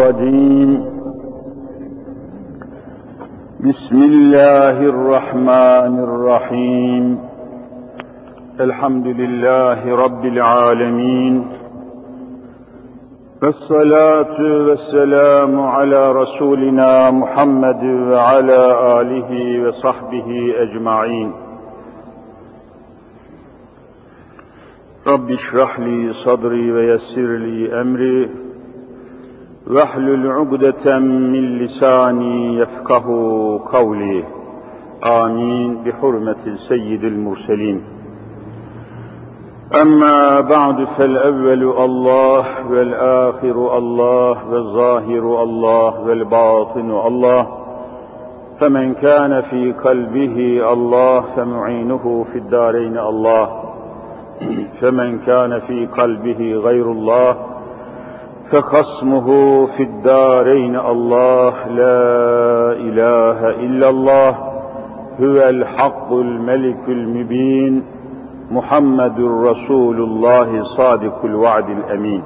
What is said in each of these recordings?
الرجيم بسم الله الرحمن الرحيم الحمد لله رب العالمين والصلاة والسلام على رسولنا محمد وعلى آله وصحبه أجمعين رب اشرح لي صدري ويسر لي أمري واحلل عقدة من لساني يفقه قولي آمين بحرمة سيد المرسلين. أما بعد فالأول الله والآخر الله والظاهر الله والباطن الله، فمن كان في قلبه الله فمعينه في الدارين الله، فمن كان في قلبه غير الله فخصمه في الدارين الله. لا إله إلا الله هو الحق الملك المبين محمد رسول الله صادق الوعد الأمين.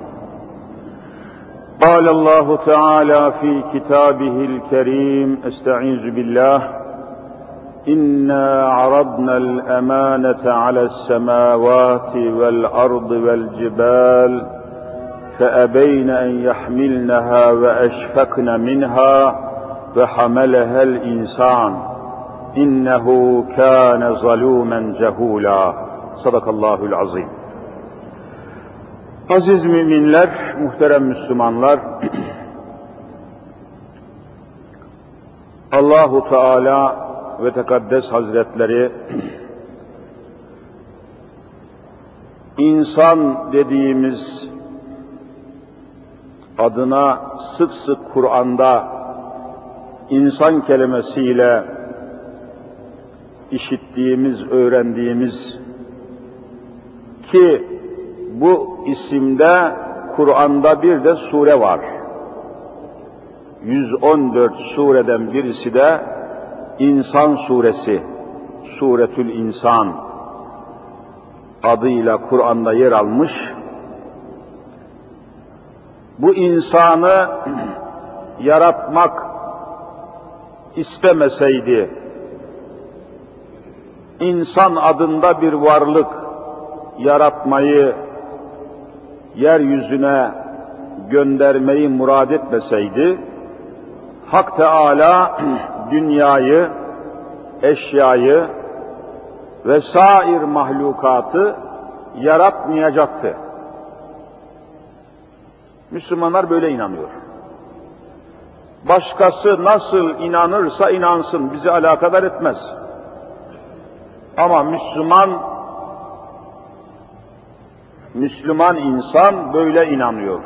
قال الله تعالى في كتابه الكريم: استعيذ بالله: إنا عرضنا الأمانة على السماوات والأرض والجبال فأبين أن يحملنها وأشفقن منها وحملها الإنسان إنه كان ظلوما جهولا. Sadakallahul azim. Aziz müminler, muhterem Müslümanlar, Allahu Teala ve Tekaddes Hazretleri insan dediğimiz adına sık sık Kur'an'da insan kelimesiyle işittiğimiz, öğrendiğimiz ki bu isimde Kur'an'da bir de sure var. 114 sureden birisi de İnsan suresi, Suretül İnsan adıyla Kur'an'da yer almış. Bu insanı yaratmak istemeseydi, insan adında bir varlık yaratmayı, yeryüzüne göndermeyi murad etmeseydi, Hak Teâlâ dünyayı, eşyayı ve sair mahlukatı yaratmayacaktı. Müslümanlar böyle inanıyor. Başkası nasıl inanırsa inansın, bizi alakadar etmez. Ama Müslüman insan böyle inanıyor.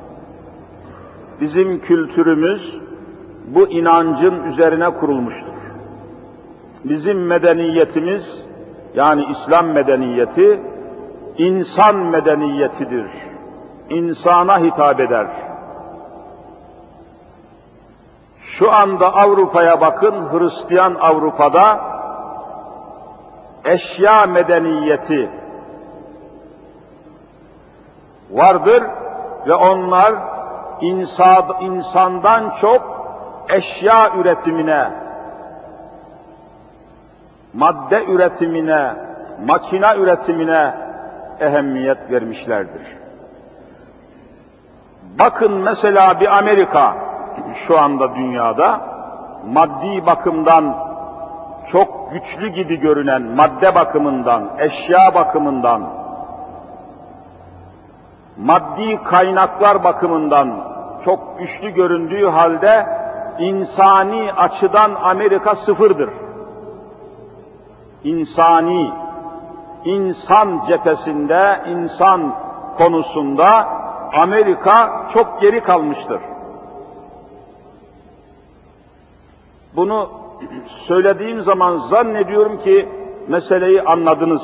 Bizim kültürümüz bu inancın üzerine kurulmuştur. Bizim medeniyetimiz, yani İslam medeniyeti, insan medeniyetidir. İnsana hitap eder. Şu anda Avrupa'ya bakın, Hristiyan Avrupa'da eşya medeniyeti vardır ve onlar insandan çok eşya üretimine, madde üretimine, makine üretimine ehemmiyet vermişlerdir. Bakın mesela bir Amerika şu anda dünyada maddi bakımdan çok güçlü gibi görünen, madde bakımından, eşya bakımından, maddi kaynaklar bakımından çok güçlü göründüğü halde insani açıdan Amerika sıfırdır. İnsan cephesinde, insan konusunda Amerika çok geri kalmıştır. Bunu söylediğim zaman zannediyorum ki meseleyi anladınız.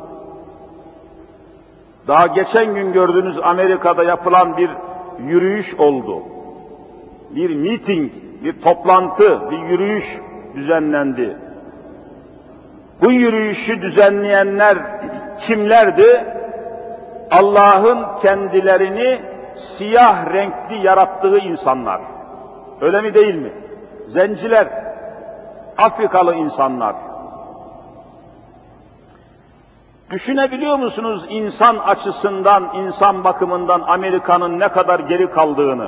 Daha geçen gün gördüğünüz Amerika'da yapılan bir yürüyüş oldu. Bir miting, bir toplantı, bir yürüyüş düzenlendi. Bu yürüyüşü düzenleyenler kimlerdi? Allah'ın kendilerini siyah renkli yarattığı insanlar. Öyle mi değil mi? Zenciler, Afrikalı insanlar. Düşünebiliyor musunuz insan açısından, insan bakımından Amerika'nın ne kadar geri kaldığını?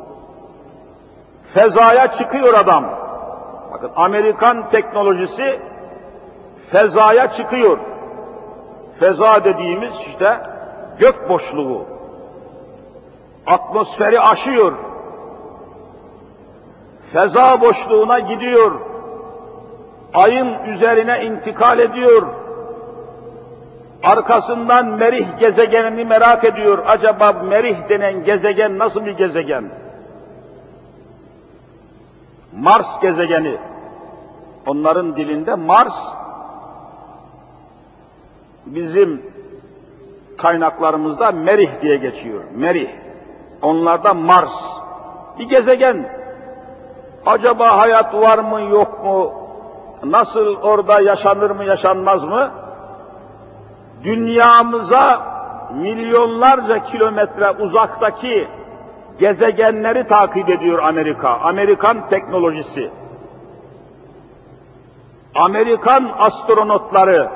Fezaya çıkıyor adam. Bakın Amerikan teknolojisi fezaya çıkıyor. Feza dediğimiz işte gök boşluğu. Atmosferi aşıyor. Feza boşluğuna gidiyor. Ayın üzerine intikal ediyor. Arkasından Merih gezegenini merak ediyor. Acaba Merih denen gezegen nasıl bir gezegen? Mars gezegeni. Onların dilinde Mars, bizim kaynaklarımızda Merih diye geçiyor. Merih. Onlarda Mars. Bir gezegen. Acaba hayat var mı yok mu? Nasıl orada yaşanır mı yaşanmaz mı? Dünyamıza milyonlarca kilometre uzaktaki gezegenleri takip ediyor Amerika. Amerikan teknolojisi. Amerikan astronotları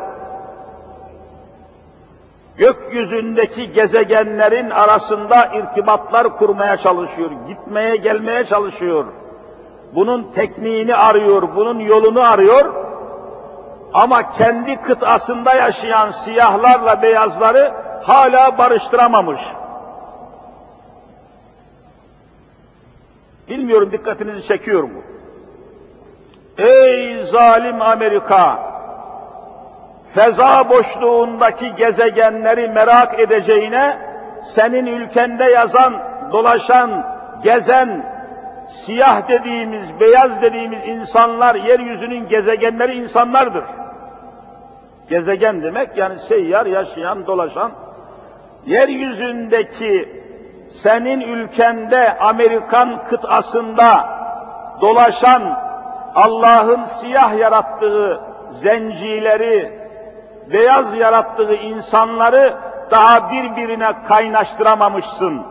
gökyüzündeki gezegenlerin arasında irtibatlar kurmaya çalışıyor, gitmeye gelmeye çalışıyor. Bunun tekniğini arıyor, bunun yolunu arıyor. Ama kendi kıtasında yaşayan siyahlarla beyazları hala barıştıramamış. Bilmiyorum dikkatinizi çekiyor mu? Ey zalim Amerika! Feza boşluğundaki gezegenleri merak edeceğine, senin ülkende yazan, dolaşan, gezen, siyah dediğimiz, beyaz dediğimiz insanlar, yeryüzünün gezegenleri insanlardır. Gezegen demek yani seyyar, yaşayan, dolaşan. Yeryüzündeki senin ülkende, Amerikan kıtasında dolaşan, Allah'ın siyah yarattığı zencileri, beyaz yarattığı insanları daha birbirine kaynaştıramamışsın.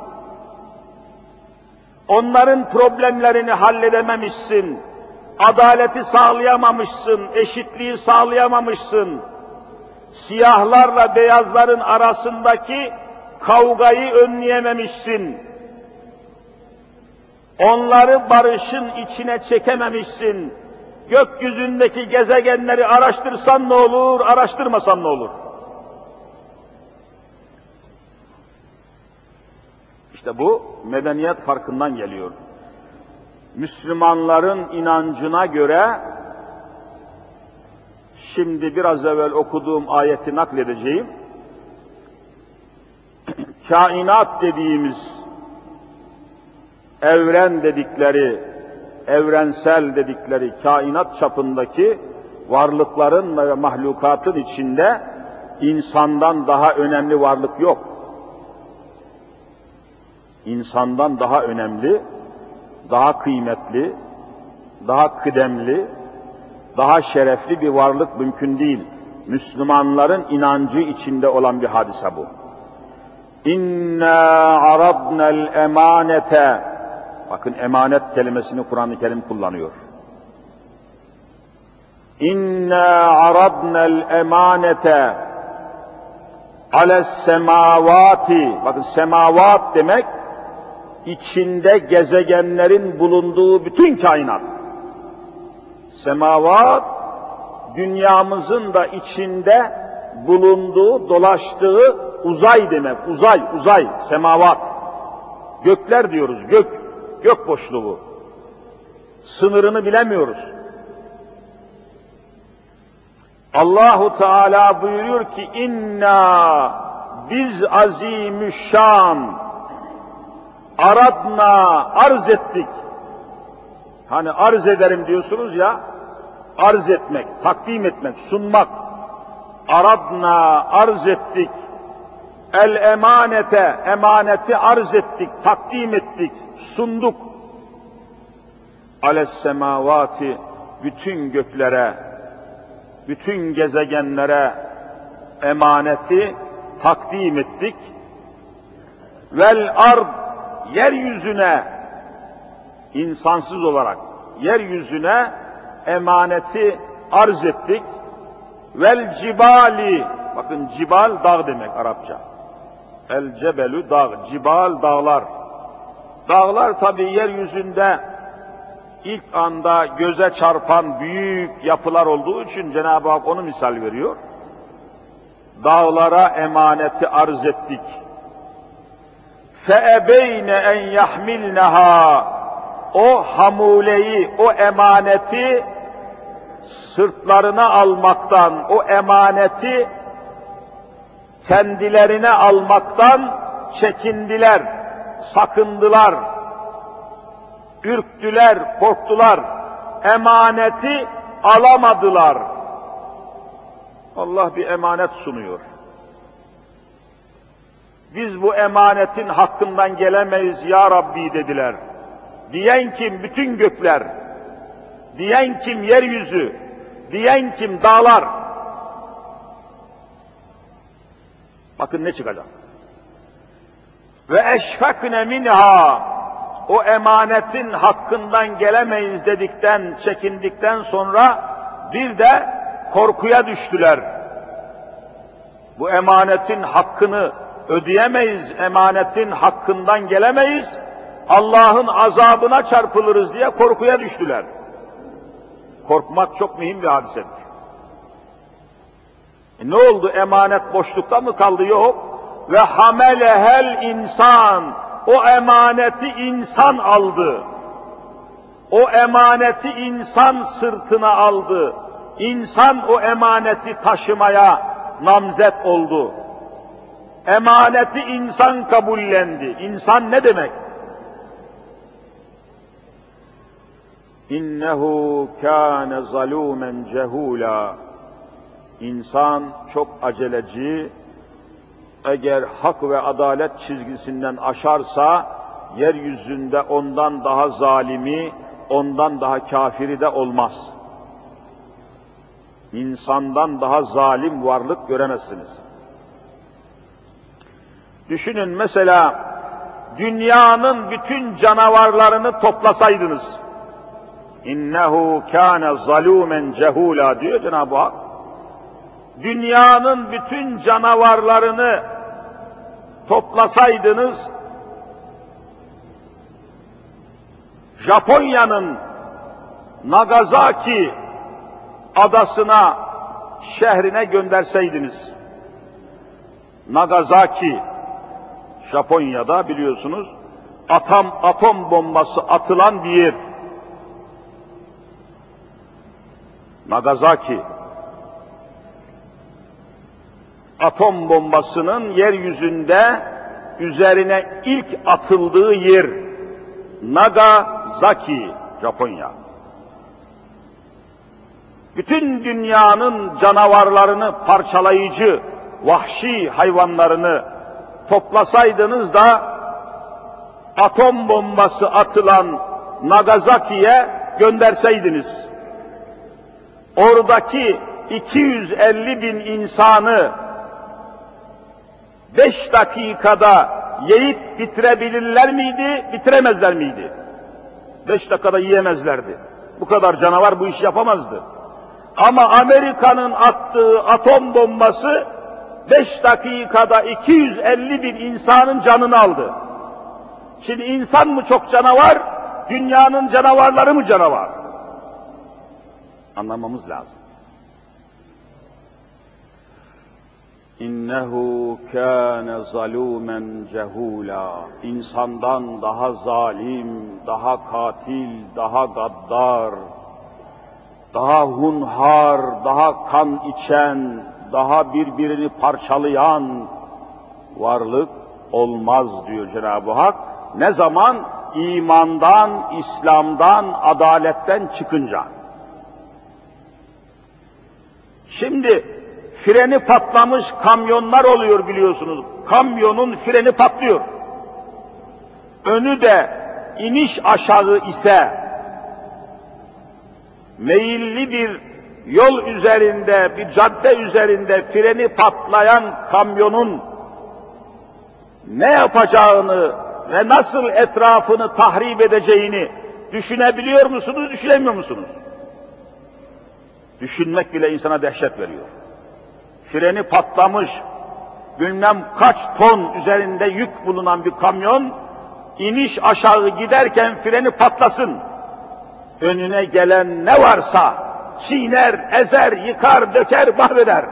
Onların problemlerini halledememişsin. Adaleti sağlayamamışsın, eşitliği sağlayamamışsın. Siyahlarla beyazların arasındaki kavgayı önleyememişsin. Onları barışın içine çekememişsin. Gökyüzündeki gezegenleri araştırsan ne olur, araştırmasan ne olur? İşte bu medeniyet farkından geliyor. Müslümanların inancına göre, şimdi biraz evvel okuduğum ayeti nakledeceğim, kainat dediğimiz, evren dedikleri, evrensel dedikleri kainat çapındaki varlıkların ve mahlukatın içinde insandan daha önemli varlık yok. İnsandan daha önemli, daha kıymetli, daha kıdemli, daha şerefli bir varlık mümkün değil. Müslümanların inancı içinde olan bir hadise bu. İnna aradna'l emanete. Bakın emanet kelimesini Kur'an-ı Kerim kullanıyor. İnna aradna'l emanete ales semavati. Bakın semavat demek içinde gezegenlerin bulunduğu bütün kainat. Semavat, dünyamızın da içinde bulunduğu, dolaştığı uzay demek. Uzay, semavat. Gökler diyoruz, gök boşluğu. Sınırını bilemiyoruz. Allahu Teala buyuruyor ki inna biz azimüşşan aradna arz ettik. Hani arz ederim diyorsunuz ya, arz etmek, takdim etmek, sunmak. Aradna arz ettik. El emanete, emaneti arz ettik, takdim ettik, sunduk. Ales semavati, bütün göklere, bütün gezegenlere emaneti takdim ettik. Vel ard, yeryüzüne, insansız olarak yeryüzüne emaneti arz ettik. Vel cibali, bakın cibal dağ demek Arapça. El cebelü dağ, cibal dağlar. Dağlar tabi yeryüzünde ilk anda göze çarpan büyük yapılar olduğu için Cenab-ı Hak onu misal veriyor. Dağlara emaneti arz ettik. فَاَبَيْنَ اَنْ يَحْمِلْنَهَا, o hamuleyi, o emaneti sırtlarına almaktan, o emaneti kendilerine almaktan çekindiler, sakındılar, ürktüler, korktular, emaneti alamadılar. Allah bir emanet sunuyor. Biz bu emanetin hakkından gelemeyiz ya Rabbi dediler. Diyen kim? Bütün gökler. Diyen kim? Yeryüzü. Diyen kim? Dağlar. Bakın ne çıkacak. Ve eşfekne minha, o emanetin hakkından gelemeyiz dedikten, çekindikten sonra bir de korkuya düştüler. Bu emanetin hakkını ödeyemeyiz, emanetin hakkından gelemeyiz, Allah'ın azabına çarpılırız diye korkuya düştüler. Korkmak çok mühim bir hadisedir. Ne oldu? Emanet boşlukta mı kaldı? Yok. Ve hamelehel insan, o emaneti insan aldı. O emaneti insan sırtına aldı. İnsan o emaneti taşımaya namzet oldu. Emaneti insan kabullendi. İnsan ne demek? İnnehu kâne zalûmen cehûlâ. İnsan çok aceleci, eğer hak ve adalet çizgisinden aşarsa, yeryüzünde ondan daha zalimi, ondan daha kafiri de olmaz. İnsandan daha zalim varlık göremezsiniz. Düşünün mesela, dünyanın bütün canavarlarını toplasaydınız, İnnehu kâne zalûmen cehûlâ diyor Cenab-ı Hak. Dünyanın bütün canavarlarını toplasaydınız, Japonya'nın Nagasaki adasına, şehrine gönderseydiniz, Nagasaki, Japonya'da biliyorsunuz, atom bombası atılan bir yer. Nagasaki, atom bombasının yeryüzünde üzerine ilk atıldığı yer, Nagasaki, Japonya. Bütün dünyanın canavarlarını, parçalayıcı, vahşi hayvanlarını toplasaydınız da atom bombası atılan Nagasaki'ye gönderseydiniz, oradaki 250 bin insanı 5 dakikada yiyip bitirebilirler miydi, bitiremezler miydi? 5 dakikada yiyemezlerdi. Bu kadar canavar bu işi yapamazdı. Ama Amerika'nın attığı atom bombası 5 dakikada 250 bin insanın canını aldı. Şimdi insan mı çok canavar, dünyanın canavarları mı canavar? Anlamamız lazım. İnnehu kâne zalûmen cehûlâ. İnsandan daha zalim, daha katil, daha gaddar, daha hunhar, daha kan içen, daha birbirini parçalayan varlık olmaz diyor Cenab-ı Hak. Ne zaman? İmandan, İslam'dan, adaletten çıkınca. Şimdi freni patlamış kamyonlar oluyor biliyorsunuz. Kamyonun freni patlıyor. Önü de iniş aşağı ise, meyilli bir yol üzerinde, bir cadde üzerinde freni patlayan kamyonun ne yapacağını ve nasıl etrafını tahrip edeceğini düşünebiliyor musunuz, düşünemiyor musunuz? Düşünmek bile insana dehşet veriyor. Freni patlamış, bilmem kaç ton üzerinde yük bulunan bir kamyon, iniş aşağı giderken freni patlasın. Önüne gelen ne varsa çiğner, ezer, yıkar, döker, mahveder.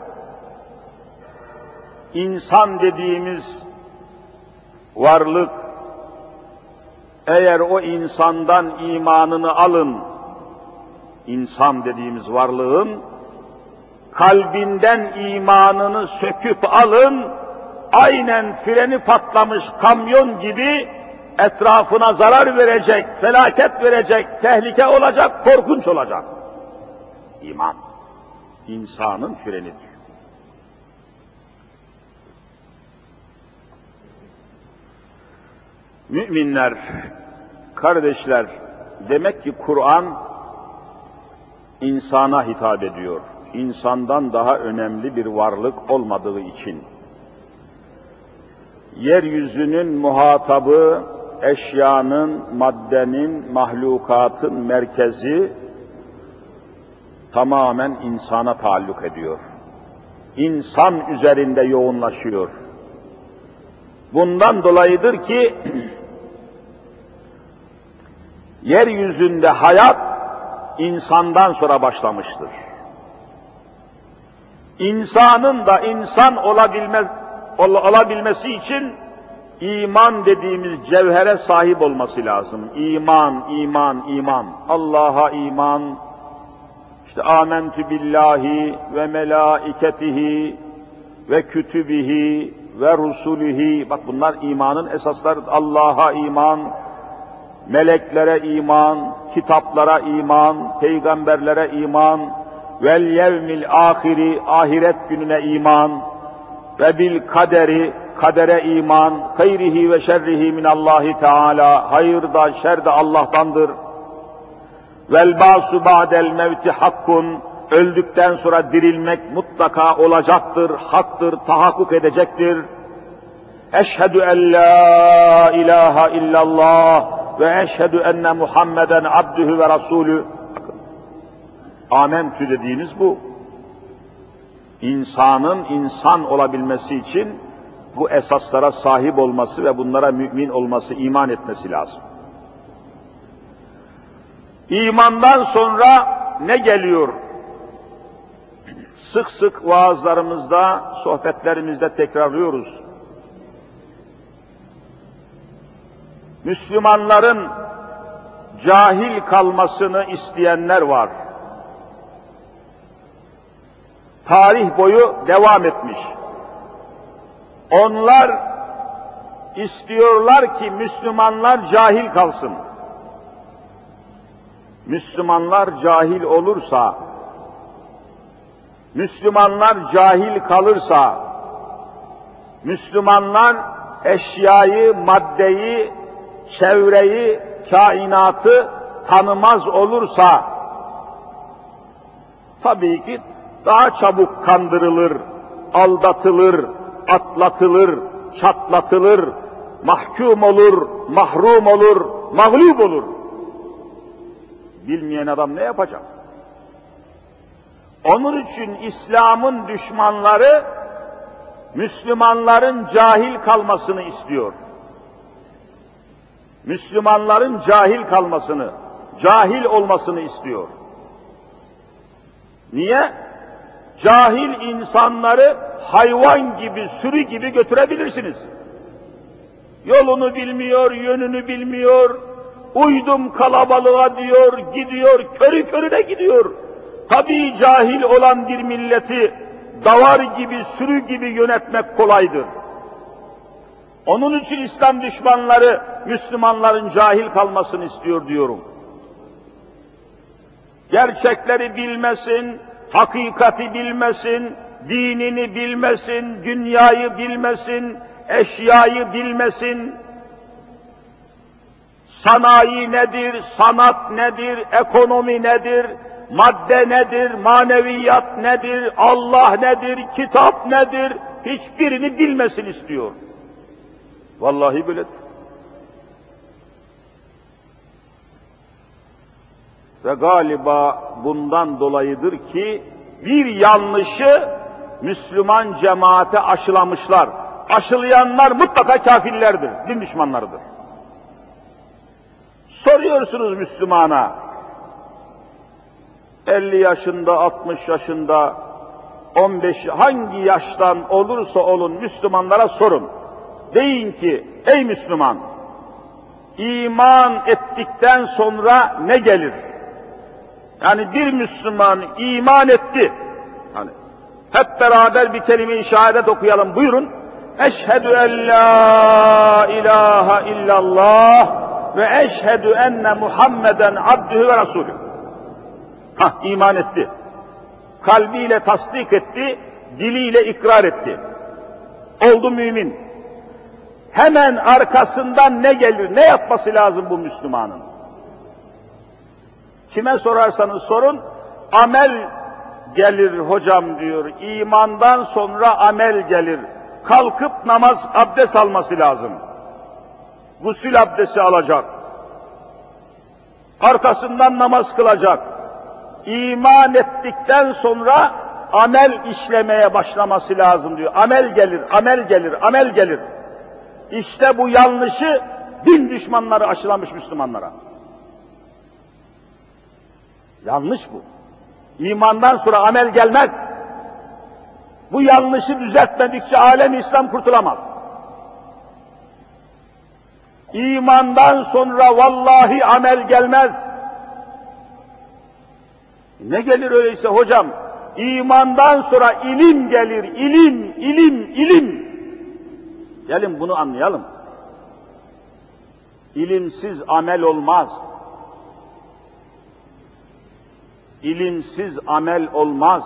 İnsan dediğimiz varlık, eğer o insandan imanını alın, insan dediğimiz varlığın kalbinden imanını söküp alın, aynen freni patlamış kamyon gibi etrafına zarar verecek, felaket verecek, tehlike olacak, korkunç olacak. İman, insanın frenidir. Müminler, kardeşler, demek ki Kur'an insana hitap ediyor. İnsandan daha önemli bir varlık olmadığı için. Yeryüzünün muhatabı, eşyanın, maddenin, mahlukatın merkezi tamamen insana taalluk ediyor. İnsan üzerinde yoğunlaşıyor. Bundan dolayıdır ki yeryüzünde hayat insandan sonra başlamıştır. İnsanın da insan olabilmesi için iman dediğimiz cevhere sahip olması lazım. İman, iman, iman. Allah'a iman, işte âmentü billahi ve melâiketihi ve kütübihi ve rusulihi. Bak bunlar imanın esasları. Allah'a iman, meleklere iman, kitaplara iman, peygamberlere iman, vel yevmil ahiri, ahiret gününe iman ve bil kaderi, kadere iman, hayrihi ve şerrihi minallahi teâlâ, hayır da şer de Allah'tandır. Vel bâsu ba'del mevti hakkun, öldükten sonra dirilmek mutlaka olacaktır, haktır, tahakkuk edecektir. Eşhedü en la ilahe illallah ve eşhedü enne Muhammeden abdühü ve rasulü. Amentü dediğiniz bu. İnsanın insan olabilmesi için bu esaslara sahip olması ve bunlara mümin olması, iman etmesi lazım. İmandan sonra ne geliyor? Sık sık vaazlarımızda, sohbetlerimizde tekrarlıyoruz. Müslümanların cahil kalmasını isteyenler var. Tarih boyu devam etmiş. Onlar istiyorlar ki Müslümanlar cahil kalsın. Müslümanlar cahil olursa, Müslümanlar cahil kalırsa, Müslümanlar eşyayı, maddeyi, çevreyi, kainatı tanımaz olursa, tabii ki daha çabuk kandırılır, aldatılır, atlatılır, çatlatılır, mahkum olur, mahrum olur, mağlup olur. Bilmeyen adam ne yapacak? Onun için İslam'ın düşmanları Müslümanların cahil kalmasını istiyor. Müslümanların cahil kalmasını, cahil olmasını istiyor. Niye? Cahil insanları hayvan gibi, sürü gibi götürebilirsiniz. Yolunu bilmiyor, yönünü bilmiyor, uydum kalabalığa diyor, gidiyor, körü körüne gidiyor. Tabii cahil olan bir milleti davar gibi, sürü gibi yönetmek kolaydır. Onun için İslam düşmanları Müslümanların cahil kalmasını istiyor diyorum. Gerçekleri bilmesin, hakikati bilmesin, dinini bilmesin, dünyayı bilmesin, eşyayı bilmesin. Sanayi nedir, sanat nedir, ekonomi nedir, madde nedir, maneviyat nedir, Allah nedir, kitap nedir, hiçbirini bilmesin istiyor. Vallahi böyledir. Ve galiba bundan dolayıdır ki bir yanlışı Müslüman cemaate aşılamışlar. Aşılayanlar mutlaka kafirlerdir, din düşmanlarıdır. Soruyorsunuz Müslümana, 50 yaşında, 60 yaşında, 15, hangi yaştan olursa olun Müslümanlara sorun. Deyin ki, ey Müslüman, iman ettikten sonra ne gelir? Yani bir Müslüman iman etti. Hani hep beraber bir kelime-i şehadet okuyalım. Buyurun. Eşhedü en la ilahe illallah ve eşhedü enne Muhammeden abdühü ve rasulü. İman etti. Kalbiyle tasdik etti, diliyle ikrar etti. Oldu mümin. Hemen arkasından ne gelir, ne yapması lazım bu Müslümanın? Kime sorarsanız sorun, amel gelir hocam diyor. İmandan sonra amel gelir. Kalkıp namaz, abdest alması lazım. Gusül abdesti alacak. Arkasından namaz kılacak. İman ettikten sonra amel işlemeye başlaması lazım diyor. Amel gelir, amel gelir, amel gelir. İşte bu yanlışı din düşmanları aşılamış Müslümanlara. Yanlış bu. İmandan sonra amel gelmez. Bu yanlışı düzeltmedikçe alem İslam kurtulamaz. İmandan sonra vallahi amel gelmez. Ne gelir öyleyse hocam? İmandan sonra ilim gelir, ilim, ilim, ilim. Gelin bunu anlayalım. İlimsiz amel olmaz. İlimsiz amel olmaz.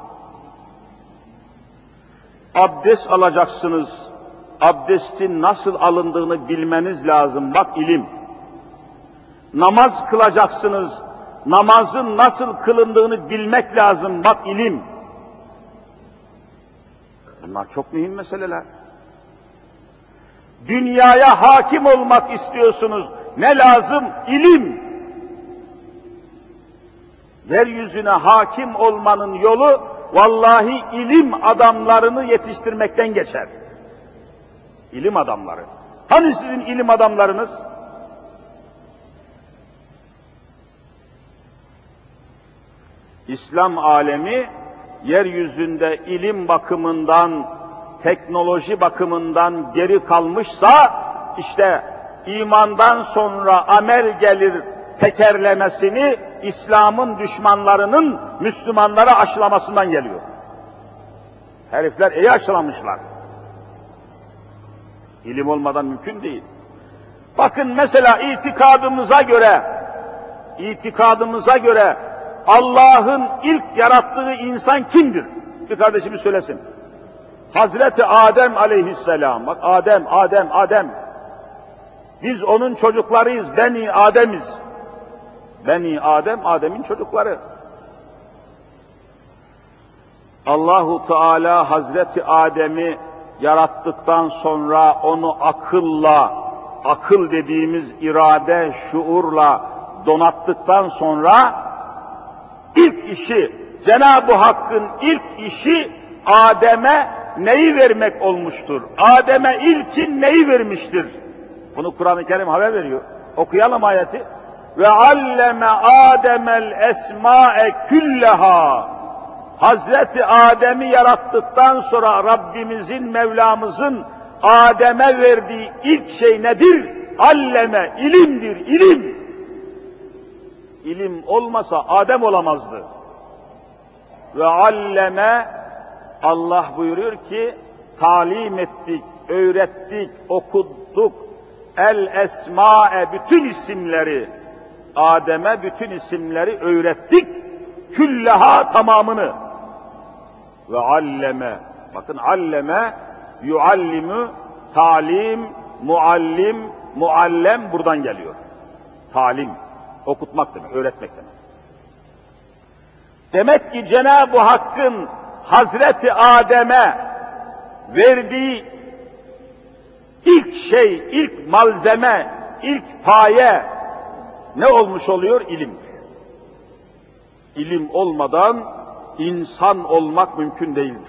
Abdest alacaksınız. Abdestin nasıl alındığını bilmeniz lazım. Bak ilim. Namaz kılacaksınız. Namazın nasıl kılındığını bilmek lazım. Bak ilim. Bunlar çok mühim meseleler. Dünyaya hakim olmak istiyorsunuz. Ne lazım? İlim. Yeryüzüne hakim olmanın yolu vallahi ilim adamlarını yetiştirmekten geçer. İlim adamları. Hani sizin ilim adamlarınız? İslam alemi yeryüzünde ilim bakımından, teknoloji bakımından geri kalmışsa, işte imandan sonra amel gelir tekerlemesini İslam'ın düşmanlarının Müslümanlara aşılamasından geliyor. Herifler iyi aşılamışlar. İlim olmadan mümkün değil. Bakın mesela itikadımıza göre Allah'ın ilk yarattığı insan kimdir? Bir kardeşimiz söylesin. Hazreti Adem aleyhisselam. Bak Adem. Biz onun çocuklarıyız, Beni Adem'iz. Beni Adem, Adem'in çocukları. Allahu Teala Hazreti Adem'i yarattıktan sonra onu akıl dediğimiz irade, şuurla donattıktan sonra ilk işi, Cenab-ı Hakk'ın ilk işi Adem'e neyi vermek olmuştur? Adem'e ilkin neyi vermiştir? Bunu Kur'an-ı Kerim haber veriyor. Okuyalım ayeti. Ve alleme Adem'el esma'e külleha. Hazreti Adem'i yarattıktan sonra Rabbimizin, Mevlamızın Adem'e verdiği ilk şey nedir? Alleme, ilimdir, ilim. İlim olmasa Adem olamazdı. Ve alleme, Allah buyuruyor ki, talim ettik, öğrettik, okuttuk, el esma'e, bütün isimleri, Adem'e bütün isimleri öğrettik, külleha, tamamını. Ve alleme, bakın alleme, yuallimu, talim, muallim, muallem buradan geliyor. Talim, okutmak demek, öğretmek demek. Demek ki Cenab-ı Hakk'ın Hazreti Adem'e verdiği ilk şey, ilk malzeme, ilk paye ne olmuş oluyor? İlim. İlim olmadan insan olmak mümkün değildir.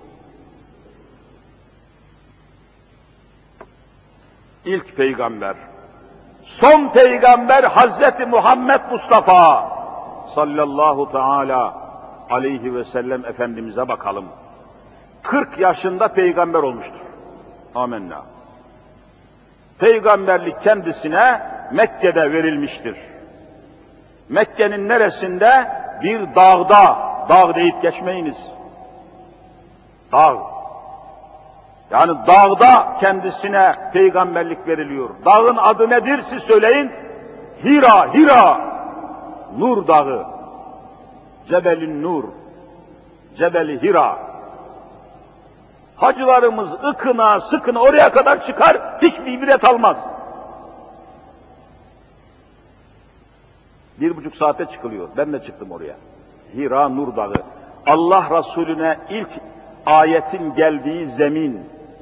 İlk peygamber, son peygamber Hazreti Muhammed Mustafa sallallahu teala aleyhi ve sellem Efendimiz'e bakalım. 40 yaşında peygamber olmuştur. Amenna. Peygamberlik kendisine Mekke'de verilmiştir. Mekke'nin neresinde? Bir dağda, dağ deyip geçmeyiniz. Dağ. Yani dağda kendisine peygamberlik veriliyor. Dağın adı nedir siz söyleyin? Hira, Hira. Nur Dağı. Cebelin Nur. Cebeli Hira. Hacılarımız ıkına sıkına oraya kadar çıkar, hiçbir ibret almaz. 1,5 saate çıkılıyor. Ben de çıktım oraya. Hira Nur Dağı. Allah Resulüne ilk ayetin geldiği zemin,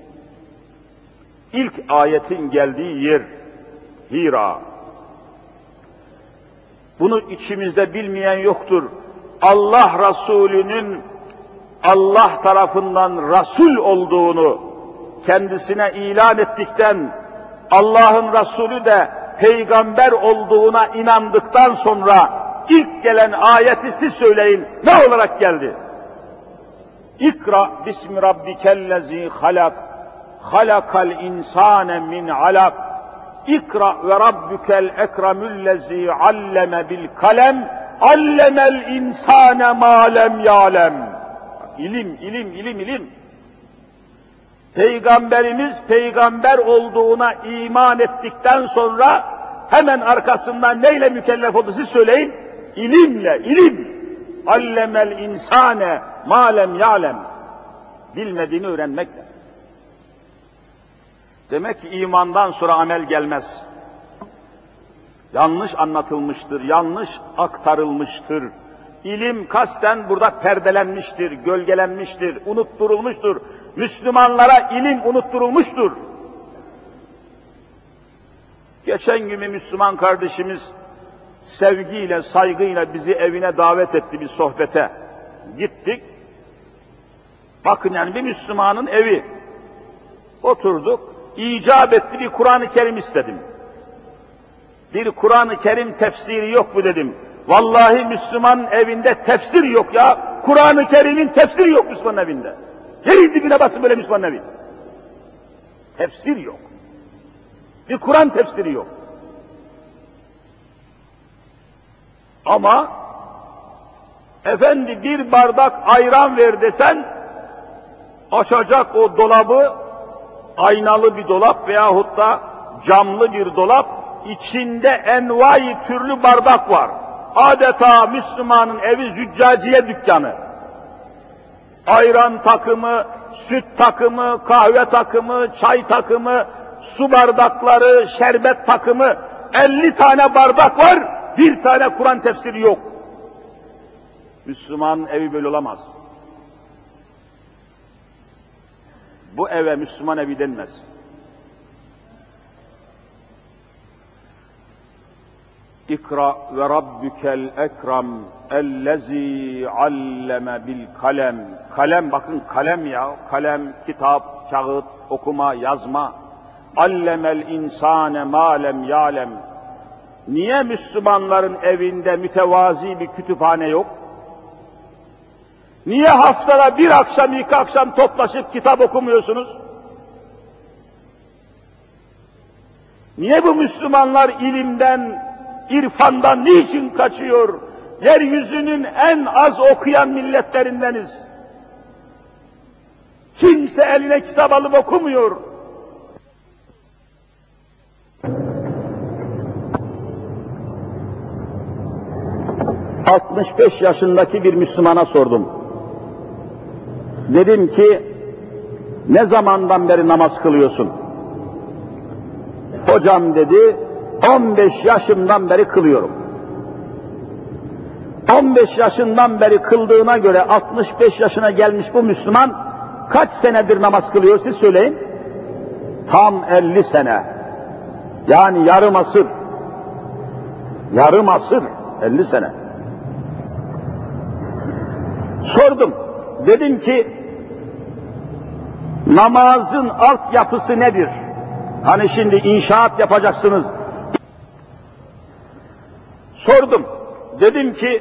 ilk ayetin geldiği yer, Hira. Bunu içimizde bilmeyen yoktur. Allah Resulü'nün Allah tarafından Resul olduğunu kendisine ilan ettikten, Allah'ın Resulü de peygamber olduğuna inandıktan sonra ilk gelen ayeti siz söyleyin, ne olarak geldi? İkra bismi rabbikellezi halak, halakal insane min alak, İkra ve rabbukel ekremüllezi alleme bil kalem, allemel insane ma lem ya'lem. İlim, ilim, ilim, ilim. Peygamberimiz peygamber olduğuna iman ettikten sonra hemen arkasından neyle mükellef oldu siz söyleyin? İlimle, ilim. Allemel insane ma lem ya'lem. Bilmediğini öğrenmekle. Demek ki imandan sonra amel gelmez. Yanlış anlatılmıştır, yanlış aktarılmıştır. İlim kasten burada perdelenmiştir, gölgelenmiştir, unutturulmuştur. Müslümanlara ilim unutturulmuştur. Geçen gün bir Müslüman kardeşimiz sevgiyle, saygıyla bizi evine davet etti bir sohbete. Gittik. Bakın yani bir Müslümanın evi. Oturduk. İcap etti bir Kur'an-ı Kerim istedim. Bir Kur'an-ı Kerim tefsiri yok mu dedim. Vallahi Müslüman evinde tefsir yok ya. Kur'an-ı Kerim'in tefsiri yok Müslüman evinde. Yerin dibine basın böyle Müslüman evi. Tefsir yok. Bir Kur'an tefsiri yok. Ama efendi bir bardak ayran ver desen açacak o dolabı, aynalı bir dolap veyahut da camlı bir dolap, içinde envai türlü bardak var. Adeta Müslümanın evi züccaciye dükkanı. Ayran takımı, süt takımı, kahve takımı, çay takımı, su bardakları, şerbet takımı, 50 tane bardak var, bir tane Kur'an tefsiri yok. Müslümanın evi böyle olamaz. Bu eve Müslüman evi denmez. İkra ve rabbukel ekrem ellezî alleme bil kalem. Kalem, bakın kalem ya, kalem, kitap, kağıt, okuma, yazma. Allemel insâne mâ lem yâlem. Niye Müslümanların evinde mütevazi bir kütüphane yok? Niye haftada bir akşam, iki akşam toplaşıp kitap okumuyorsunuz? Niye bu Müslümanlar ilimden, irfandan niçin kaçıyor? Yeryüzünün en az okuyan milletlerindeniz. Kimse eline kitap alıp okumuyor. ...65 yaşındaki bir Müslümana sordum. Dedim ki, ne zamandan beri namaz kılıyorsun? Hocam dedi, 15 yaşımdan beri kılıyorum. 15 yaşından beri kıldığına göre 65 yaşına gelmiş bu Müslüman kaç senedir namaz kılıyor siz söyleyin? Tam 50 sene. Yani yarım asır. Yarım asır, 50 sene. Sordum. Dedim ki, namazın altyapısı nedir? Hani şimdi inşaat yapacaksınız. Sordum. Dedim ki,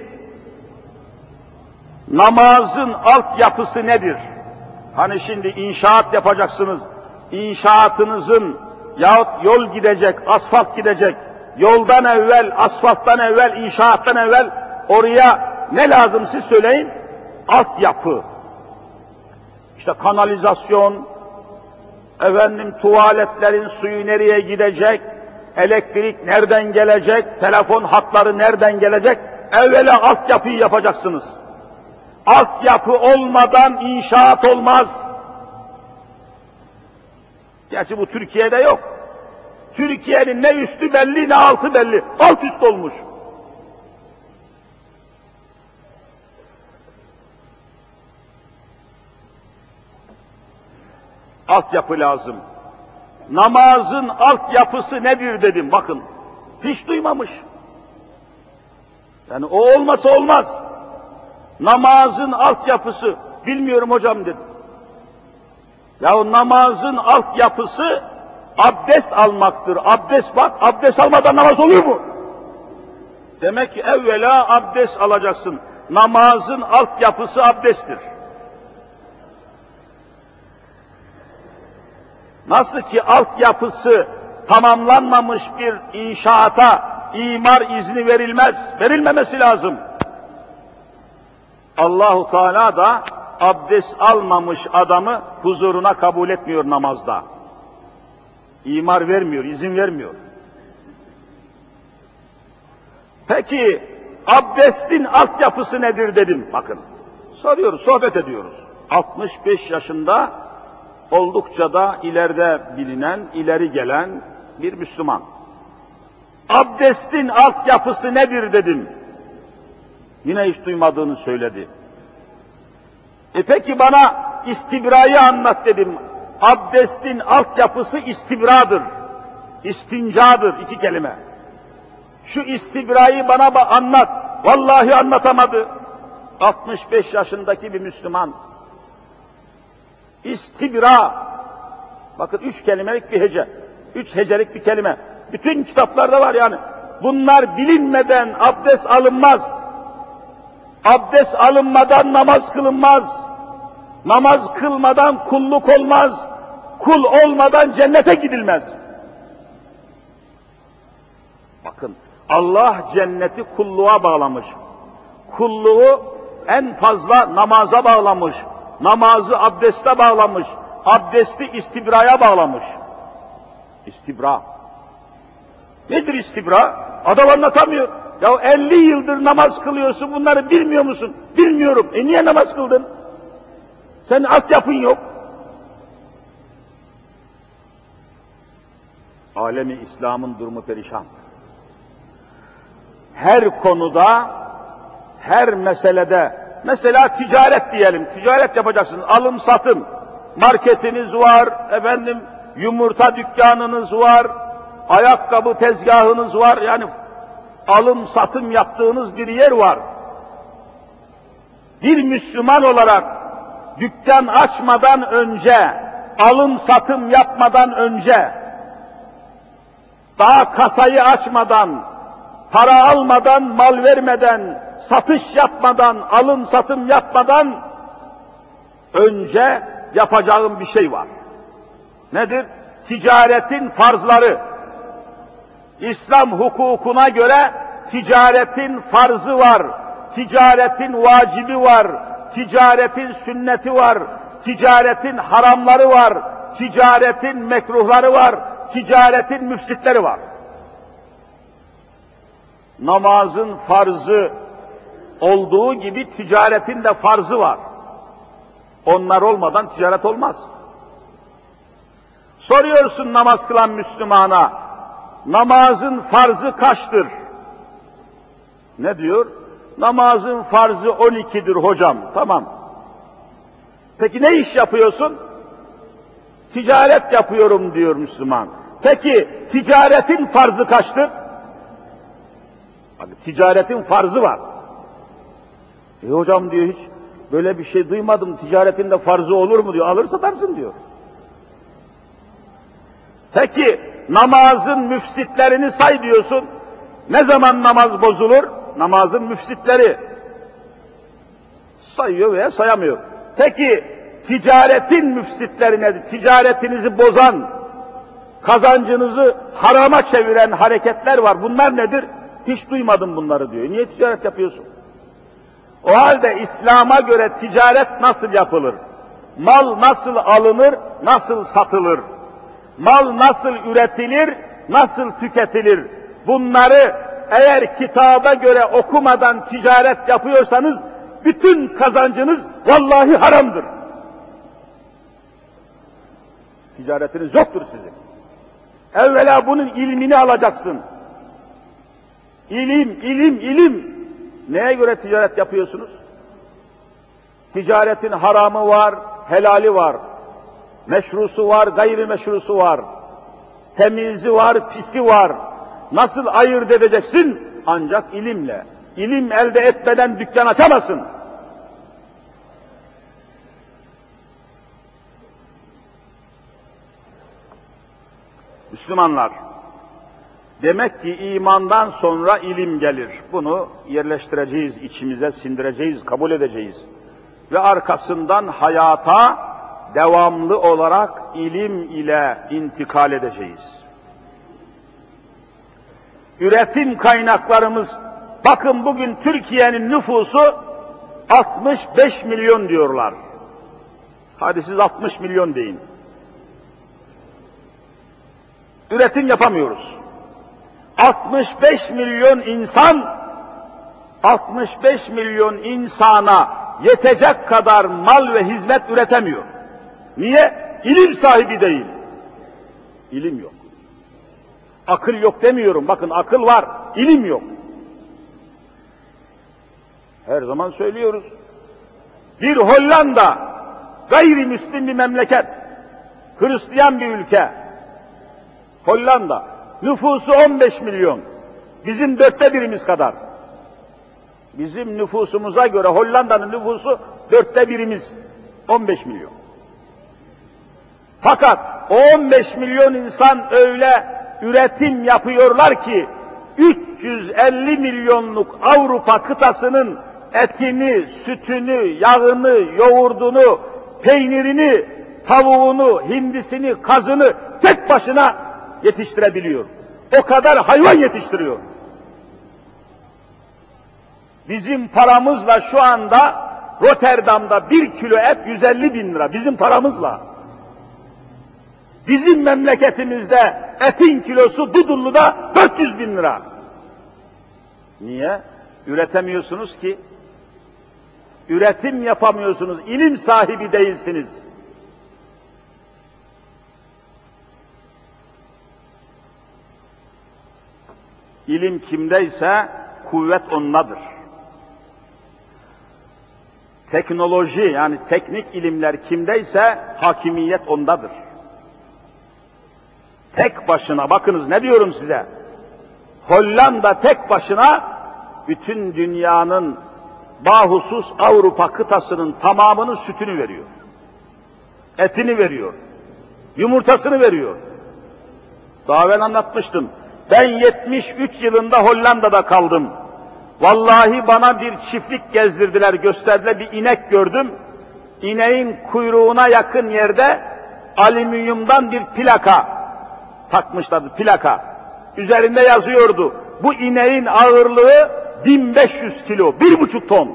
namazın altyapısı nedir? Hani şimdi inşaat yapacaksınız. İnşaatınızın yahut yol gidecek, asfalt gidecek. Yoldan evvel, asfalttan evvel, inşaattan evvel oraya ne lazım siz söyleyin? Altyapı. İşte kanalizasyon, tuvaletlerin suyu nereye gidecek, elektrik nereden gelecek, telefon hatları nereden gelecek, evvela altyapıyı yapacaksınız. Altyapı olmadan inşaat olmaz. Gerçi bu Türkiye'de yok. Türkiye'nin ne üstü belli ne altı belli, alt üst olmuş. Altyapı lazım. Namazın altyapısı nedir dedim, bakın. Hiç duymamış. Yani o olmasa olmaz. Namazın altyapısı, bilmiyorum hocam dedim. Ya namazın altyapısı abdest almaktır. Abdest bak, abdest almadan namaz oluyor mu? Demek ki evvela abdest alacaksın. Namazın altyapısı abdesttir. Nasıl ki altyapısı tamamlanmamış bir inşaata imar izni verilmez, verilmemesi lazım. Allahu Teala da abdest almamış adamı huzuruna kabul etmiyor namazda. İmar vermiyor, izin vermiyor. Peki abdestin altyapısı nedir dedim, bakın. Soruyoruz, sohbet ediyoruz. 65 yaşında oldukça da ileride bilinen, ileri gelen bir Müslüman. Abdestin altyapısı nedir dedim. Yine hiç duymadığını söyledi. Peki bana istibrayı anlat dedim. Abdestin altyapısı istibradır. İstincadır, 2 kelime. Şu istibrayı bana anlat. Vallahi anlatamadı. 65 yaşındaki bir Müslüman. İstibra. Bakın 3 kelimelik bir hece. 3 hecelik bir kelime. Bütün kitaplarda var yani. Bunlar bilinmeden abdest alınmaz. Abdest alınmadan namaz kılınmaz. Namaz kılmadan kulluk olmaz. Kul olmadan cennete gidilmez. Bakın Allah cenneti kulluğa bağlamış. Kulluğu en fazla namaza bağlamış. Namazı abdeste bağlamış. Abdesti istibraya bağlamış. İstibra. Nedir istibra? Adam anlatamıyor. Ya 50 yıldır namaz kılıyorsun, bunları bilmiyor musun? Bilmiyorum. Niye namaz kıldın? Senin altyapın yok. Alemi İslam'ın durumu perişan. Her konuda, her meselede, mesela ticaret diyelim, ticaret yapacaksınız, alım satım, marketiniz var, yumurta dükkanınız var, ayakkabı tezgahınız var, yani alım satım yaptığınız bir yer var. Bir Müslüman olarak dükkan açmadan önce, alım satım yapmadan önce, daha kasayı açmadan, para almadan, mal vermeden, satış yapmadan, alım satım yapmadan önce yapacağım bir şey var. Nedir? Ticaretin farzları. İslam hukukuna göre ticaretin farzı var, ticaretin vacibi var, ticaretin sünneti var, ticaretin haramları var, ticaretin mekruhları var, ticaretin müfsitleri var. Namazın farzı olduğu gibi ticaretin de farzı var. Onlar olmadan ticaret olmaz. Soruyorsun namaz kılan Müslümana, namazın farzı kaçtır? Ne diyor? Namazın farzı 12'dir hocam. Tamam. Peki ne iş yapıyorsun? Ticaret yapıyorum diyor Müslüman. Peki ticaretin farzı kaçtır? Abi, ticaretin farzı var. Hocam diyor, hiç Böyle bir şey duymadım, ticaretinde farzı olur mu diyor. Alır satarsın diyor. Peki namazın müfsitlerini say diyorsun. Ne zaman namaz bozulur? Namazın müfsitleri. Sayıyor veya sayamıyor. Peki ticaretin müfsitleri nedir? Ticaretinizi bozan, kazancınızı harama çeviren hareketler var. Bunlar nedir? Hiç duymadım bunları diyor. Niye ticaret yapıyorsun? O halde İslam'a göre ticaret nasıl yapılır? Mal nasıl alınır, nasıl satılır? Mal nasıl üretilir, nasıl tüketilir? Bunları eğer kitaba göre okumadan ticaret yapıyorsanız, bütün kazancınız vallahi haramdır. Ticaretiniz yoktur sizin. Evvela bunun ilmini alacaksın. İlim, ilim, ilim. Neye göre ticaret yapıyorsunuz? Ticaretin haramı var, helali var. Meşrusu var, gayrimeşrusu var. Temizi var, pisi var. Nasıl ayırt edeceksin? Ancak ilimle. İlim elde etmeden dükkan açamazsın. Müslümanlar, demek ki imandan sonra ilim gelir. Bunu yerleştireceğiz, içimize sindireceğiz, kabul edeceğiz. Ve arkasından hayata devamlı olarak ilim ile intikal edeceğiz. Üretim kaynaklarımız, bakın bugün Türkiye'nin nüfusu 65 milyon diyorlar. Hadi siz 60 milyon deyin. Üretim yapamıyoruz. 65 milyon insan, 65 milyon insana yetecek kadar mal ve hizmet üretemiyor. Niye? İlim sahibi değil. İlim yok. Akıl yok demiyorum. Bakın akıl var, ilim yok. Her zaman söylüyoruz. Bir Hollanda, gayrimüslim bir memleket, Hristiyan bir ülke. Hollanda, nüfusu 15 milyon. Bizim 1/4 kadar. Bizim nüfusumuza göre Hollanda'nın nüfusu 1/4, 15 milyon. Fakat o 15 milyon insan öyle üretim yapıyorlar ki 350 milyonluk Avrupa kıtasının etini, sütünü, yağını, yoğurdunu, peynirini, tavuğunu, hindisini, kazını tek başına yetiştirebiliyor. O kadar hayvan yetiştiriyor. Bizim paramızla şu anda Rotterdam'da 1 kilo et 150 bin lira. Bizim paramızla. Bizim memleketimizde etin kilosu Dudullu'da 400 bin lira. Niye? Üretemiyorsunuz ki. Üretim yapamıyorsunuz. İlim sahibi değilsiniz. İlim kimdeyse kuvvet ondadır. Teknoloji yani teknik ilimler kimdeyse hakimiyet ondadır. Tek başına, bakınız ne diyorum size, Hollanda tek başına bütün dünyanın bahusus Avrupa kıtasının tamamının sütünü veriyor. Etini veriyor. Yumurtasını veriyor. Daha ben anlatmıştım. Ben 73 yılında Hollanda'da kaldım. Vallahi bana bir çiftlik gezdirdiler, gösterdiler, bir inek gördüm. İneğin kuyruğuna yakın yerde alüminyumdan bir plaka takmışlardı, plaka. Üzerinde yazıyordu, bu ineğin ağırlığı 1500 kilo, 1,5 ton.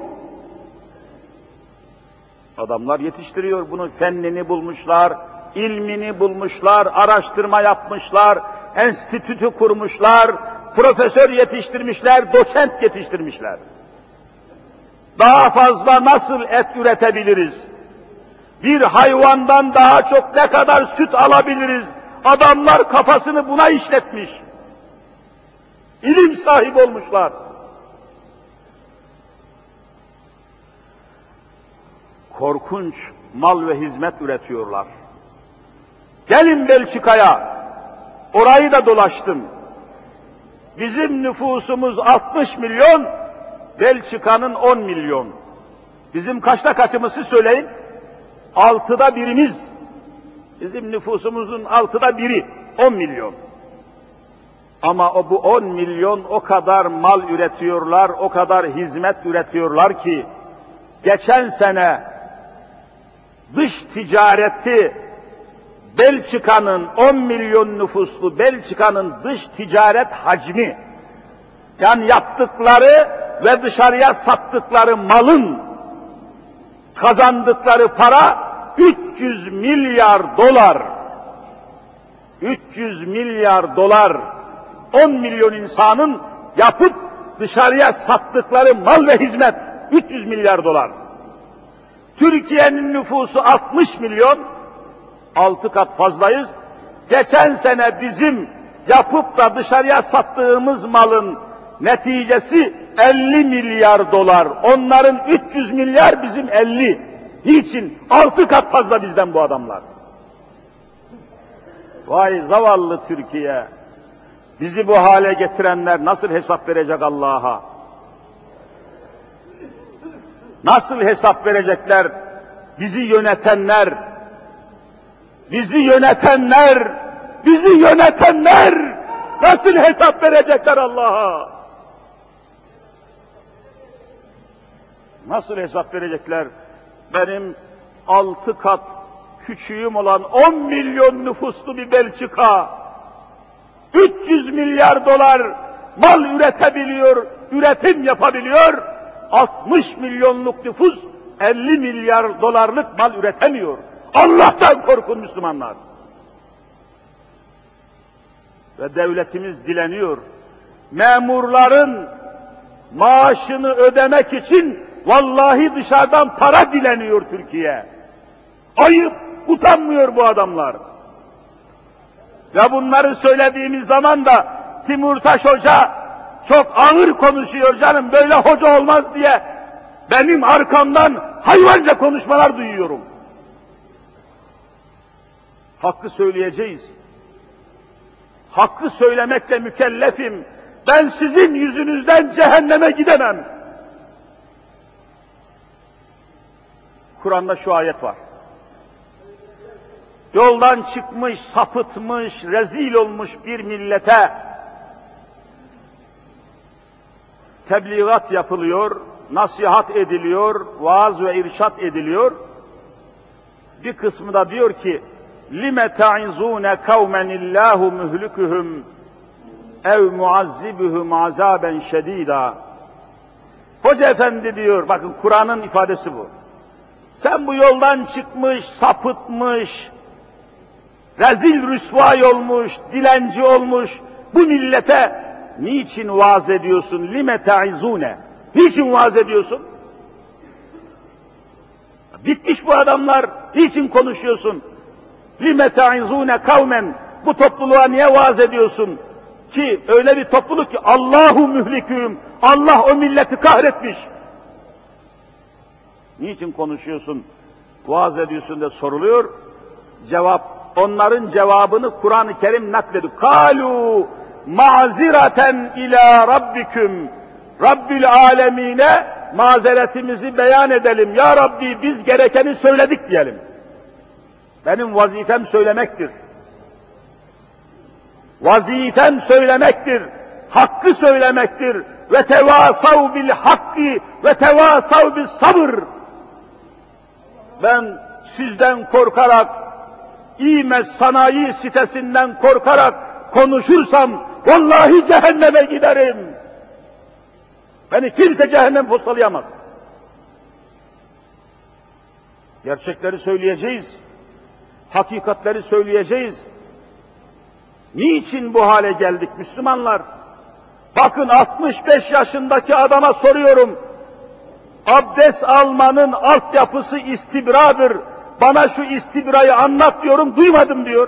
Adamlar yetiştiriyor bunu, fennini bulmuşlar, ilmini bulmuşlar, araştırma yapmışlar, enstitüsü kurmuşlar, profesör yetiştirmişler, doçent yetiştirmişler. Daha fazla nasıl et üretebiliriz? Bir hayvandan daha çok ne kadar süt alabiliriz? Adamlar kafasını buna işletmiş. İlim sahibi olmuşlar. Korkunç mal ve hizmet üretiyorlar. Gelin Belçika'ya, orayı da dolaştım. Bizim nüfusumuz 60 milyon, Belçika'nın 10 milyon. Bizim kaçta kaçımız siz söyleyin? 6'da birimiz. Bizim nüfusumuzun 6'da biri, 10 milyon. Ama bu 10 milyon o kadar mal üretiyorlar, o kadar hizmet üretiyorlar ki, geçen sene dış ticareti Belçika'nın 10 milyon nüfuslu Belçika'nın dış ticaret hacmi, yani yaptıkları ve dışarıya sattıkları malın kazandıkları para 300 milyar dolar. 300 milyar dolar. 10 milyon insanın yapıp dışarıya sattıkları mal ve hizmet 300 milyar dolar. Türkiye'nin nüfusu 60 milyon, 6 kat fazlayız. Geçen sene bizim yapıp da dışarıya sattığımız malın neticesi 50 milyar dolar. Onların 300 milyar, bizim 50. Niçin? 6 kat fazla bizden bu adamlar. Vay zavallı Türkiye! Bizi bu hale getirenler nasıl hesap verecek Allah'a? Nasıl hesap verecekler? Bizi yönetenler, bizi yönetenler nasıl hesap verecekler Allah'a? Nasıl hesap verecekler? Benim 6 kat küçüğüm olan 10 milyon nüfuslu bir Belçika, 300 milyar dolar mal üretebiliyor, üretim yapabiliyor, 60 milyonluk nüfus 50 milyar dolarlık mal üretemiyor. Allah'tan korkun Müslümanlar. Ve devletimiz dileniyor. Memurların maaşını ödemek için vallahi dışarıdan para dileniyor Türkiye. Ayıp, utanmıyor bu adamlar. Ve bunları söylediğimiz zaman da Timurtaş Hoca çok ağır konuşuyor canım, böyle hoca olmaz diye benim arkamdan hayvanca konuşmalar duyuyorum. Hakkı söyleyeceğiz. Hakkı söylemekle mükellefim. Ben sizin yüzünüzden cehenneme gidemem. Kur'an'da şu ayet var. Yoldan çıkmış, sapıtmış, rezil olmuş bir millete tebliğat yapılıyor, nasihat ediliyor, vaaz ve irşat ediliyor. Bir kısmı da diyor ki, لِمَ تَعِزُونَ قَوْمًا اللّٰهُ مُهْلِكُهُمْ اَوْ مُعَذِّبُهُمْ عَذَابًا شَد۪يدًا. Hoca efendi diyor, bakın Kur'an'ın ifadesi bu. Sen bu yoldan çıkmış, sapıtmış, rezil rüsvay olmuş, dilenci olmuş bu millete niçin vaaz ediyorsun? لِمَ تَعِزُونَ. Niçin vaaz ediyorsun? Bitmiş bu adamlar, niçin konuşuyorsun? لِمَ تَعِزُونَ قَوْمًا. Bu topluluğa niye vaaz ediyorsun? Ki öyle bir topluluk ki Allahu mühliküm, Allah o milleti kahretmiş. Niçin konuşuyorsun, vaaz ediyorsun de soruluyor. Cevap, onların cevabını Kur'an-ı Kerim naklediyor. Kalu maziraten ila rabbiküm. Rabbül alemine mazeretimizi beyan edelim. Ya Rabbi biz gerekeni söyledik diyelim. Benim vazifem söylemektir. Vazifem söylemektir. Hakkı söylemektir. Ve tevasav bil hakki ve tevasav bis sabır. Ben sizden korkarak, İMES sanayi sitesinden korkarak konuşursam vallahi cehenneme giderim. Beni kimse cehennem postalayamaz. Gerçekleri söyleyeceğiz. Hakikatleri söyleyeceğiz. Niçin bu hale geldik Müslümanlar? Bakın 65 yaşındaki adama soruyorum. Abdest almanın altyapısı istibradır. Bana şu istibrayı anlat diyorum, duymadım diyor.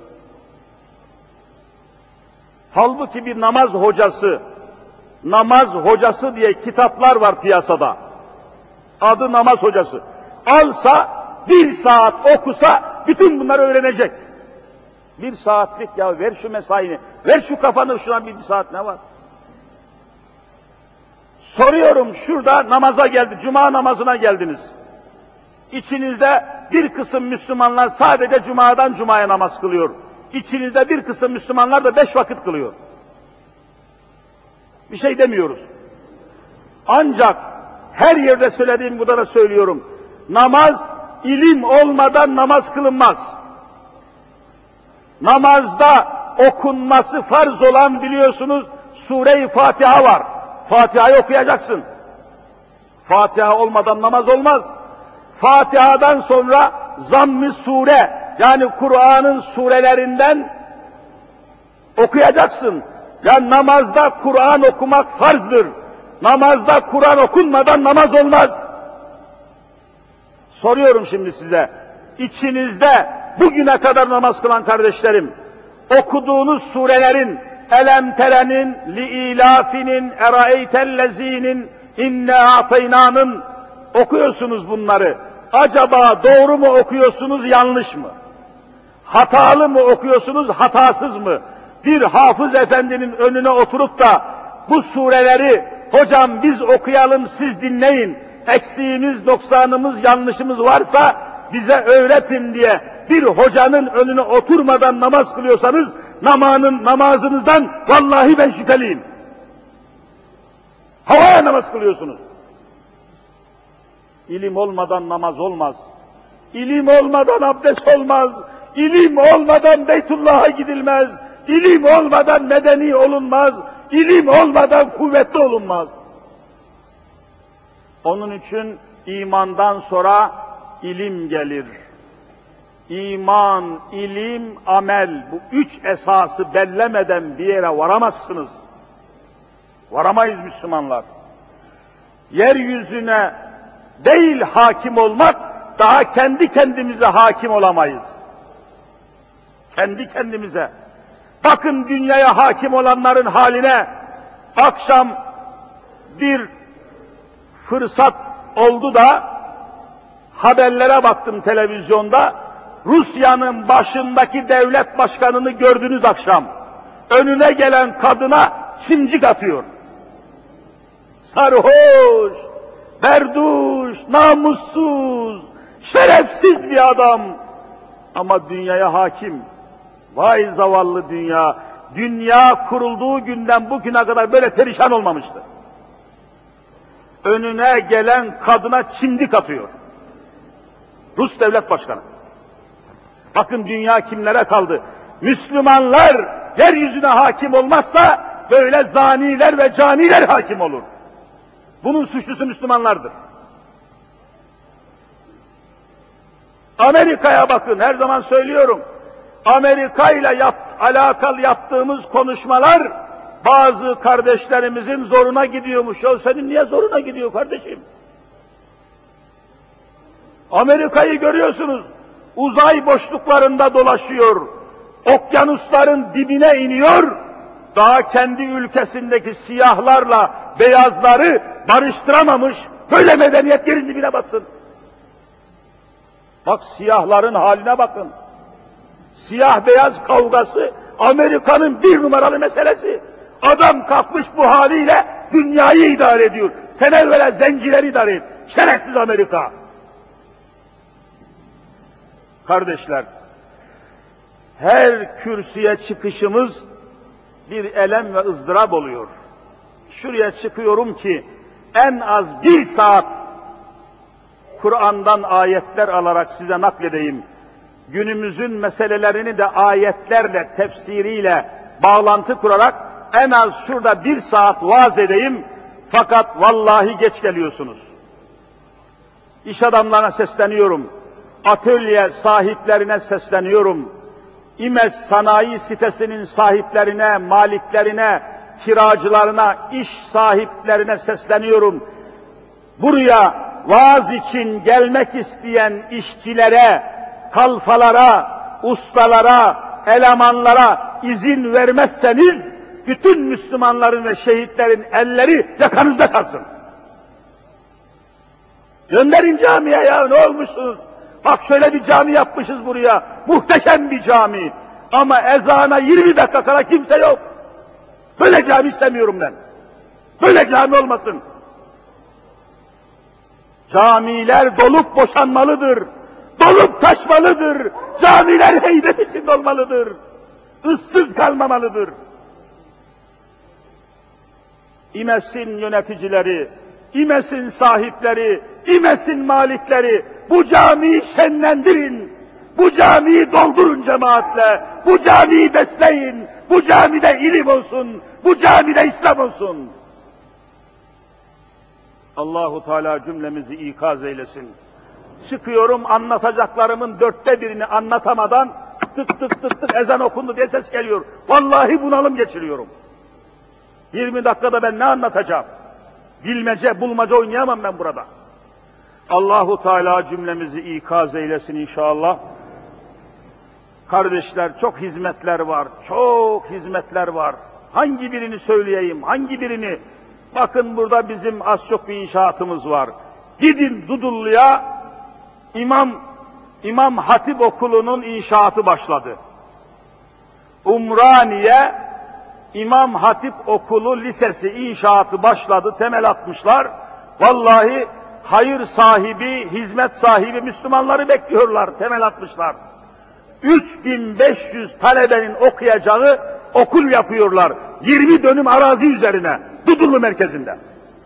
Halbuki bir namaz hocası diye kitaplar var piyasada. Adı namaz hocası. Alsa, 1 saat okusa, bütün bunları öğrenecek. 1 saatlik ya, ver şu mesaini, ver şu kafanı şuna bir saat ne var? Soruyorum, şurada namaza geldi, cuma namazına geldiniz. İçinizde bir kısım Müslümanlar sadece cumadan cumaya namaz kılıyor. İçinizde bir kısım Müslümanlar da 5 vakit kılıyor. Bir şey demiyoruz. Ancak her yerde söylediğim kadar söylüyorum. Namaz, ilim olmadan namaz kılınmaz. Namazda okunması farz olan biliyorsunuz Sure-i Fatiha var. Fatiha'yı okuyacaksın. Fatiha olmadan namaz olmaz. Fatiha'dan sonra zamm-ı sure, yani Kur'an'ın surelerinden okuyacaksın. Yani namazda Kur'an okumak farzdır. Namazda Kur'an okunmadan namaz olmaz. Soruyorum şimdi size, içinizde bugüne kadar namaz kılan kardeşlerim, okuduğunuz surelerin, Elem Tere'nin, Li'ilafinin, Eraeytellezinin, İnne A'teyna'nın okuyorsunuz bunları. Acaba doğru mu okuyorsunuz, yanlış mı? Hatalı mı okuyorsunuz, hatasız mı? Bir hafız efendinin önüne oturup da bu sureleri hocam biz okuyalım siz dinleyin, eksiğimiz, noksanımız, yanlışımız varsa bize öğretin diye bir hocanın önüne oturmadan namaz kılıyorsanız namazınızdan vallahi ben şüpheliyim. Havaya namaz kılıyorsunuz. İlim olmadan namaz olmaz. İlim olmadan abdest olmaz. İlim olmadan Beytullah'a gidilmez. İlim olmadan medeni olunmaz. İlim olmadan kuvvetli olunmaz. Onun için imandan sonra ilim gelir. İman, ilim, amel, bu 3 esası bellemeden bir yere varamazsınız. Varamayız Müslümanlar. Yeryüzüne değil hakim olmak, daha kendi kendimize hakim olamayız. Kendi kendimize. Bakın dünyaya hakim olanların haline. Akşam bir fırsat oldu da haberlere baktım televizyonda. Rusya'nın başındaki devlet başkanını gördünüz akşam. Önüne gelen kadına çimcik atıyor. Sarhoş, berduş, namussuz, şerefsiz bir adam. Ama dünyaya hakim. Vay zavallı dünya. Dünya kurulduğu günden bugüne kadar böyle perişan olmamıştı. Önüne gelen kadına çimdik atıyor. Rus devlet başkanı. Bakın dünya kimlere kaldı? Müslümanlar yeryüzüne hakim olmazsa böyle zaniler ve caniler hakim olur. Bunun suçlusu Müslümanlardır. Amerika'ya bakın, her zaman söylüyorum. Amerika ile alakalı yaptığımız konuşmalar bazı kardeşlerimizin zoruna gidiyormuş. Ya senin niye zoruna gidiyor kardeşim? Amerika'yı görüyorsunuz, uzay boşluklarında dolaşıyor, okyanusların dibine iniyor, daha kendi ülkesindeki siyahlarla beyazları barıştıramamış, böyle medeniyet yerin dibine batsın. Bak siyahların haline bakın. Siyah beyaz kavgası Amerika'nın bir numaralı meselesi. Adam kalkmış bu haliyle dünyayı idare ediyor. Sen evvela zencileri idare et. Şerefsiz Amerika. Kardeşler, her kürsüye çıkışımız bir elem ve ızdırap oluyor. Şuraya çıkıyorum ki en az 1 saat Kur'an'dan ayetler alarak size nakledeyim. Günümüzün meselelerini de ayetlerle, tefsiriyle bağlantı kurarak en az şurada 1 saat vaaz edeyim. Fakat vallahi geç geliyorsunuz. İş adamlarına sesleniyorum. Atölye sahiplerine sesleniyorum. İMES sanayi sitesinin sahiplerine, maliklerine, kiracılarına, iş sahiplerine sesleniyorum. Buraya vaaz için gelmek isteyen işçilere, kalfalara, ustalara, elemanlara izin vermezseniz, bütün Müslümanların ve şehitlerin elleri yakanızda kalsın. Gönderin camiye ya, ne olmuşsunuz? Bak şöyle bir cami yapmışız buraya, muhteşem bir cami. Ama ezana 20 dakika kala kimse yok. Böyle cami istemiyorum ben. Böyle cami olmasın. Camiler dolup boşanmalıdır. Dolup taşmalıdır. Camiler heybet içinde olmalıdır. Issız kalmamalıdır. İmesin yöneticileri, İmesin sahipleri, İmesin malikleri, bu camiyi şenlendirin, bu camiyi doldurun cemaatle, bu camiyi besleyin, bu camide ilim olsun, bu camide İslam olsun. Allahu Teala cümlemizi ikaz eylesin. Çıkıyorum, anlatacaklarımın 1/4'ünü anlatamadan tık tık tık tık ezan okundu diye ses geliyor. Vallahi bunalım geçiriyorum. 20 dakikada ben ne anlatacağım? Bilmece, bulmaca oynayamam ben burada. Allahu Teala cümlemizi ikaz eylesin inşallah. Kardeşler, çok hizmetler var, çok hizmetler var. Hangi birini söyleyeyim, hangi birini? Bakın burada bizim az çok bir inşaatımız var. Gidin Dudullu'ya, İmam Hatip Okulu'nun inşaatı başladı. Umraniye İmam Hatip Okulu Lisesi inşaatı başladı, temel atmışlar. Vallahi hayır sahibi, hizmet sahibi Müslümanları bekliyorlar, temel atmışlar. 3500 talebenin okuyacağı okul yapıyorlar. 20 dönüm arazi üzerine, Dudullu merkezinde.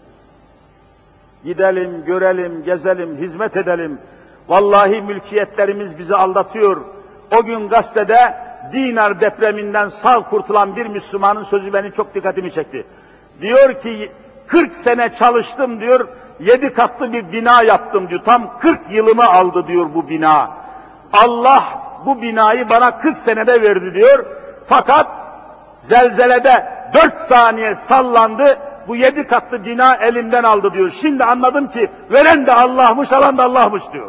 Gidelim, görelim, gezelim, hizmet edelim. Vallahi mülkiyetlerimiz bizi aldatıyor. O gün gazetede Dinar depreminden sağ kurtulan bir Müslümanın sözü beni çok dikkatimi çekti. Diyor ki 40 sene çalıştım diyor, 7 katlı bir bina yaptım diyor. Tam 40 yılımı aldı diyor bu bina. Allah bu binayı bana 40 senede verdi diyor. Fakat zelzelede 4 saniye sallandı, bu 7 katlı bina elimden aldı diyor. Şimdi anladım ki veren de Allah'mış, alan da Allah'mış diyor.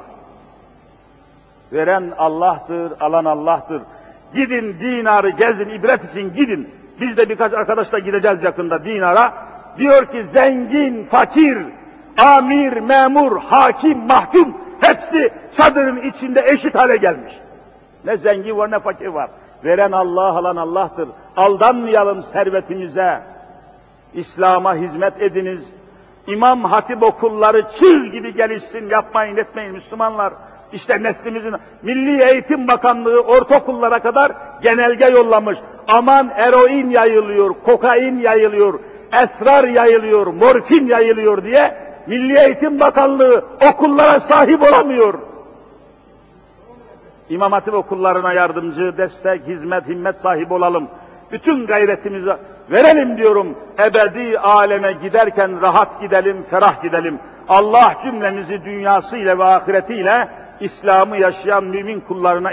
Veren Allah'tır, alan Allah'tır. Gidin Dinar'ı gezin, ibret için gidin. Biz de birkaç arkadaşla gideceğiz yakında Dinar'a. Diyor ki zengin, fakir, amir, memur, hakim, mahkum hepsi çadırın içinde eşit hale gelmiş. Ne zengin var ne fakir var. Veren Allah, alan Allah'tır. Aldanmayalım servetimize. İslam'a hizmet ediniz. İmam Hatip okulları çığ gibi gelişsin, yapmayın etmeyin Müslümanlar. İşte neslimizin, Milli Eğitim Bakanlığı ortaokullara kadar genelge yollamış. Aman eroin yayılıyor, kokain yayılıyor, esrar yayılıyor, morfin yayılıyor diye Milli Eğitim Bakanlığı okullara sahip olamıyor. İmam Hatip okullarına yardımcı, destek, hizmet, himmet sahibi olalım. Bütün gayretimizi verelim diyorum. Ebedi aleme giderken rahat gidelim, ferah gidelim. Allah cümlemizi dünyasıyla ve ahiretiyle İslam'ı yaşayan mümin kullarına